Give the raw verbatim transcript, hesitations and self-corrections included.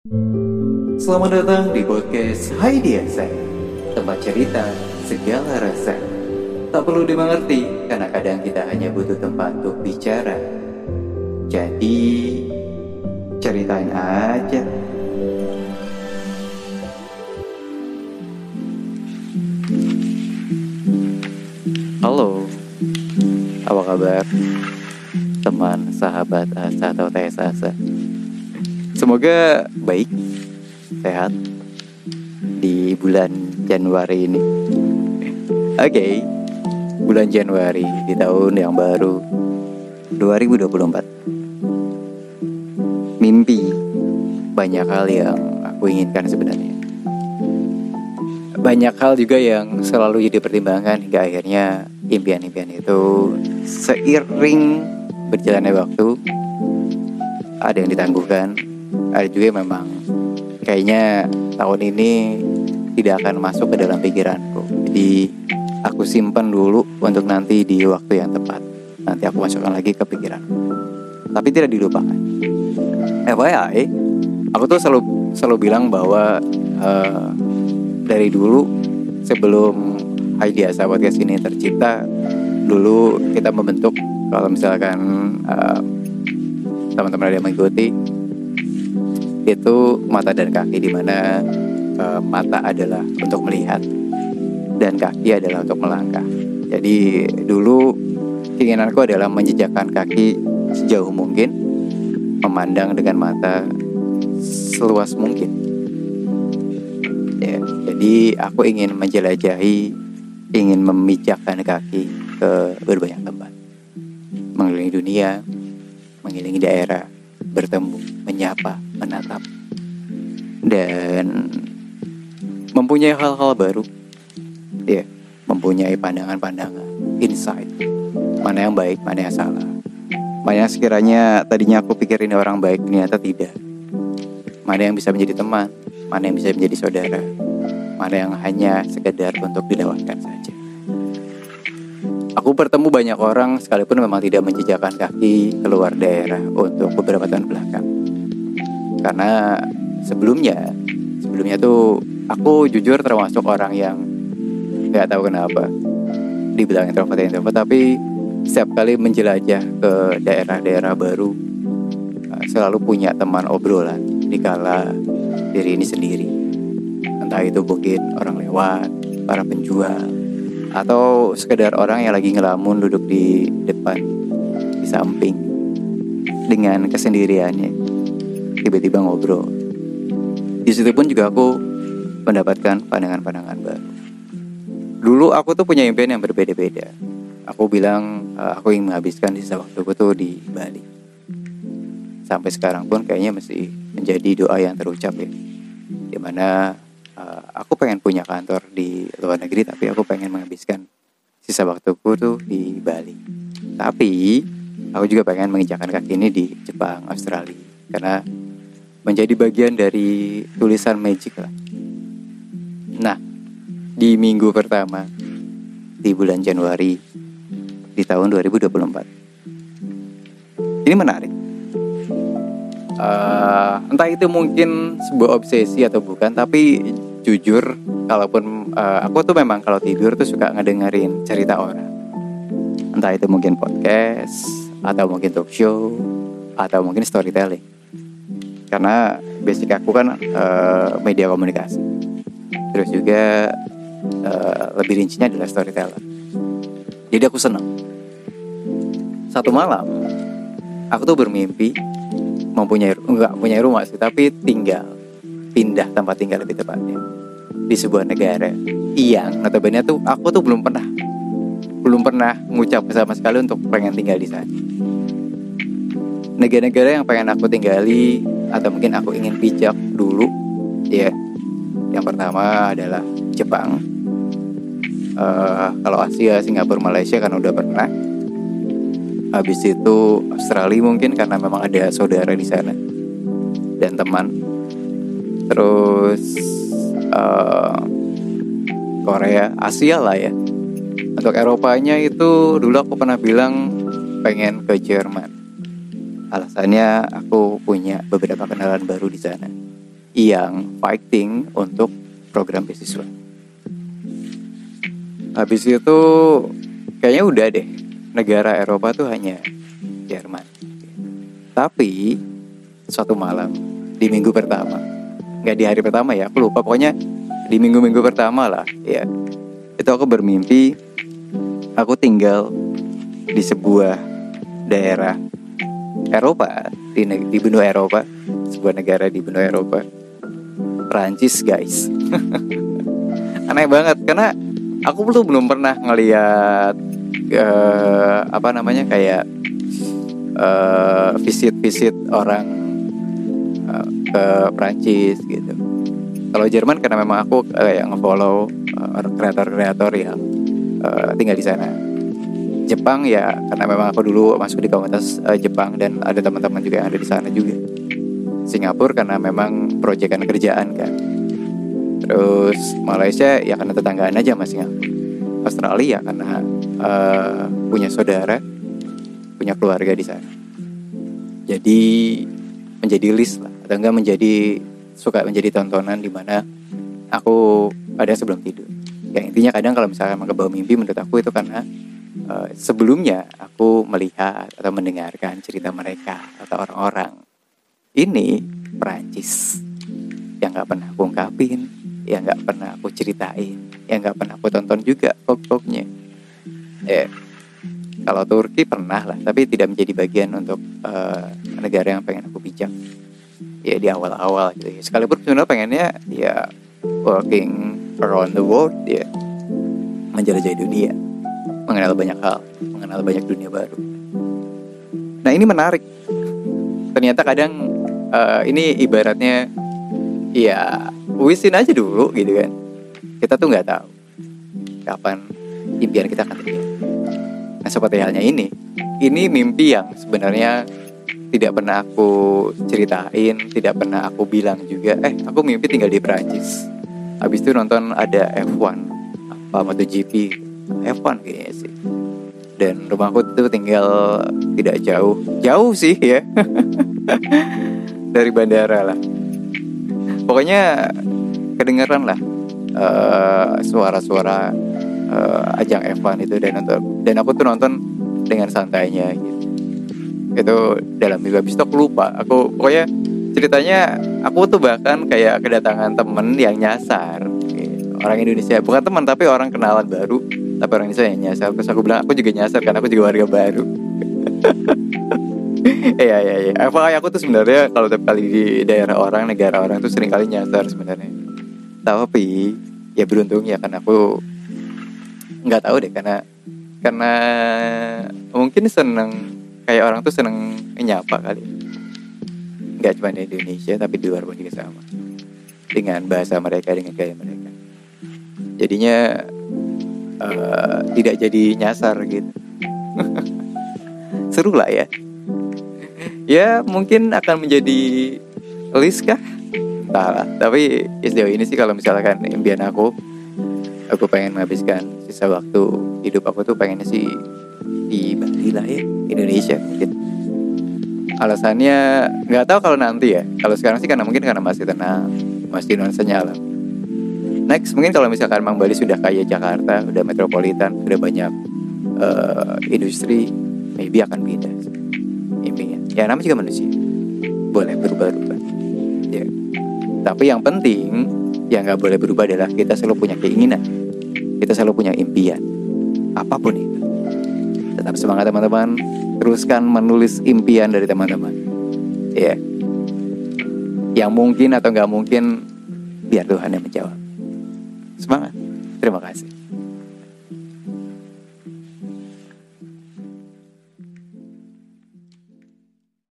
Selamat datang di podcast Hai Diasa, tempat cerita segala rasa. Tak perlu dimengerti, karena kadang kita hanya butuh tempat untuk bicara. Jadi, ceritain aja. Halo, apa kabar? Teman, sahabat, asa atau tes asa. Semoga baik, sehat di bulan Januari ini. Oke, okay, bulan Januari di tahun yang baru dua ribu dua puluh empat. Mimpi, banyak hal yang aku inginkan sebenarnya. Banyak hal juga yang selalu jadi pertimbangan hingga akhirnya impian-impian itu seiring berjalannya waktu ada yang ditangguhkan, ada juga yang memang kayaknya tahun ini tidak akan masuk ke dalam pikiranku. Jadi aku simpan dulu untuk nanti di waktu yang tepat. Nanti aku masukkan lagi ke pikiranku. Tapi tidak dilupakan. F Y I, aku tuh selalu selalu bilang bahwa uh, dari dulu sebelum Hai Diasa podcast ini tercipta, dulu kita membentuk, kalau misalkan uh, teman-teman ada yang mengikuti, itu mata dan kaki, di mana uh, mata adalah untuk melihat dan kaki adalah untuk melangkah. Jadi dulu keinginanku adalah menjejakkan kaki sejauh mungkin, memandang dengan mata seluas mungkin. Ya, jadi aku ingin menjelajahi, ingin memijakkan kaki ke berbanyak tempat, mengelilingi dunia, mengelilingi daerah, bertemu, menyapa, menatap, dan mempunyai hal-hal baru, ya, mempunyai pandangan-pandangan, insight, mana yang baik, mana yang salah, mana yang sekiranya tadinya aku pikir ini orang baik, ternyata tidak, mana yang bisa menjadi teman, mana yang bisa menjadi saudara, mana yang hanya sekedar untuk dilewatkan saja. Aku bertemu banyak orang sekalipun memang tidak menjejakkan kaki keluar daerah untuk beberapa tahun belakang. Karena sebelumnya, sebelumnya tuh aku jujur termasuk orang yang gak tahu kenapa dibilang introvert introvert, tapi setiap kali menjelajah ke daerah-daerah baru selalu punya teman obrolan dikala diri ini sendiri. Entah itu mungkin orang lewat, para penjual, atau sekedar orang yang lagi ngelamun duduk di depan, di samping, dengan kesendiriannya, tiba-tiba ngobrol. Di situ pun juga aku mendapatkan pandangan-pandangan baru. Dulu aku tuh punya impian yang berbeda-beda. Aku bilang uh, aku ingin menghabiskan sisa waktuku tuh di Bali. Sampai sekarang pun kayaknya masih menjadi doa yang terucap, ya, dimana uh, aku pengen punya kantor di luar negeri, tapi aku pengen menghabiskan sisa waktuku tuh di Bali. Tapi aku juga pengen menginjakkan kaki ini di Jepang, Australia, karena menjadi bagian dari tulisan magic lah. Nah, di minggu pertama di bulan Januari di tahun dua ribu dua puluh empat ini menarik. Uh, entah itu mungkin sebuah obsesi atau bukan, tapi jujur, kalaupun uh, aku tuh memang kalau tidur tuh suka ngedengerin cerita orang. Entah itu mungkin podcast, atau mungkin talk show, atau mungkin storytelling. Karena basic aku kan uh, media komunikasi. Terus juga uh, lebih rincinya adalah storyteller. Jadi aku senang. Satu malam aku tuh bermimpi mempunyai, enggak punya rumah sih, tapi tinggal, pindah tempat tinggal lebih tepatnya, di sebuah negara yang notabene tuh aku tuh belum pernah belum pernah mengucap sama sekali untuk pengen tinggal di sana. Negara-negara yang pengen aku tinggali atau mungkin aku ingin pijak dulu, ya, yang pertama adalah Jepang. Uh, kalau Asia, Singapura, Malaysia kan udah pernah. Habis itu Australia mungkin karena memang ada saudara di sana dan teman. Terus uh, Korea, Asia lah ya. Untuk Eropanya itu dulu aku pernah bilang pengen ke Jerman. Alasannya aku punya beberapa kenalan baru di sana. yang fighting untuk program beasiswa. Habis itu kayaknya udah deh, negara Eropa tuh hanya Jerman. Tapi suatu malam di minggu pertama, nggak di hari pertama ya, aku lupa, pokoknya di minggu-minggu pertama lah ya, itu aku bermimpi aku tinggal di sebuah daerah Eropa, di, di benua Eropa, sebuah negara di benua Eropa, Prancis guys. Aneh banget karena aku tuh belum pernah ngeliat uh, apa namanya kayak uh, visit-visit orang uh, ke Prancis gitu. Kalau Jerman karena memang aku kayak uh, nge-follow uh, kreator-kreator yang uh, tinggal di sana. Jepang ya karena memang aku dulu masuk di komunitas uh, Jepang dan ada teman-teman juga yang ada di sana juga. Singapura karena memang proyekan kerjaan kan. Terus Malaysia ya karena tetanggaan aja sama Singapura. Australia karena uh, punya saudara, punya keluarga di sana. Jadi menjadi list lah, atau enggak menjadi suka menjadi tontonan di mana aku ada sebelum tidur. Ya intinya kadang kalau misalnya kebawa mimpi, menurut aku itu karena uh, sebelumnya aku melihat atau mendengarkan cerita mereka atau orang-orang ini Perancis yang nggak pernah aku ungkapin, yang nggak pernah aku ceritain, yang nggak pernah aku tonton juga vlog-vlognya. Eh, kalau Turki pernah lah, tapi tidak menjadi bagian untuk uh, negara yang pengen aku pijak. Ya di awal-awal gitu. Sekalipun sebenarnya pengennya ya walking around the world, ya menjelajahi dunia, mengenal banyak hal, mengenal banyak dunia baru. Nah ini menarik. Ternyata kadang uh, ini ibaratnya ya wisin aja dulu gitu kan. Kita tuh nggak tahu kapan impian kita akan terjadi. Nah seperti halnya ini, ini mimpi yang sebenarnya tidak pernah aku ceritain, tidak pernah aku bilang juga. Eh aku mimpi tinggal di Perancis. Habis itu nonton ada F satu apa MotoGP, F satu kayaknya sih. Dan rumahku tuh tinggal tidak jauh, jauh sih ya dari bandara lah. Pokoknya kedengeran lah uh, suara-suara uh, ajang F satu itu, dan nonton, dan aku tuh nonton dengan santainya gitu. Itu dalam minggu. Habis itu aku lupa, aku pokoknya ceritanya aku tuh bahkan kayak kedatangan temen yang nyasar gitu. Orang Indonesia, bukan teman tapi orang kenalan baru, tapi orang Indonesia yang nyasar. Terus aku bilang aku juga nyasar karena aku juga warga baru. Iya iya iya. Apa aku tuh sebenarnya kalau tiap kali di daerah orang, negara orang tuh sering kali nyasar sebenarnya. Tapi ya beruntung ya karena aku nggak tahu deh, karena karena mungkin seneng, kayak orang tuh seneng nyapa kali. Nggak cuma di Indonesia tapi di luar pun juga sama, dengan bahasa mereka, dengan gaya mereka. Jadinya uh, tidak jadi nyasar gitu. Seru lah ya. Ya mungkin akan menjadi list kah? Entahlah. Tapi sejauh ini sih kalau misalkan impian aku, aku pengen menghabiskan sisa waktu hidup aku tuh pengennya sih di Bali lah ya, Indonesia mungkin. Alasannya nggak tahu kalau nanti ya. Kalau sekarang sih karena mungkin karena masih tenang, masih nuansanya alam. Next mungkin kalau misalkan Mang Bali sudah kayak Jakarta, udah metropolitan, udah banyak uh, industri, maybe akan beda impiannya. Ya namanya juga manusia, boleh berubah-ubah ya. Tapi yang penting yang nggak boleh berubah adalah kita selalu punya keinginan, kita selalu punya impian, apapun itu. Tetap semangat teman-teman, teruskan menulis impian dari teman-teman ya. Yang mungkin atau nggak mungkin biar Tuhan yang menjawab. Semangat, terima kasih.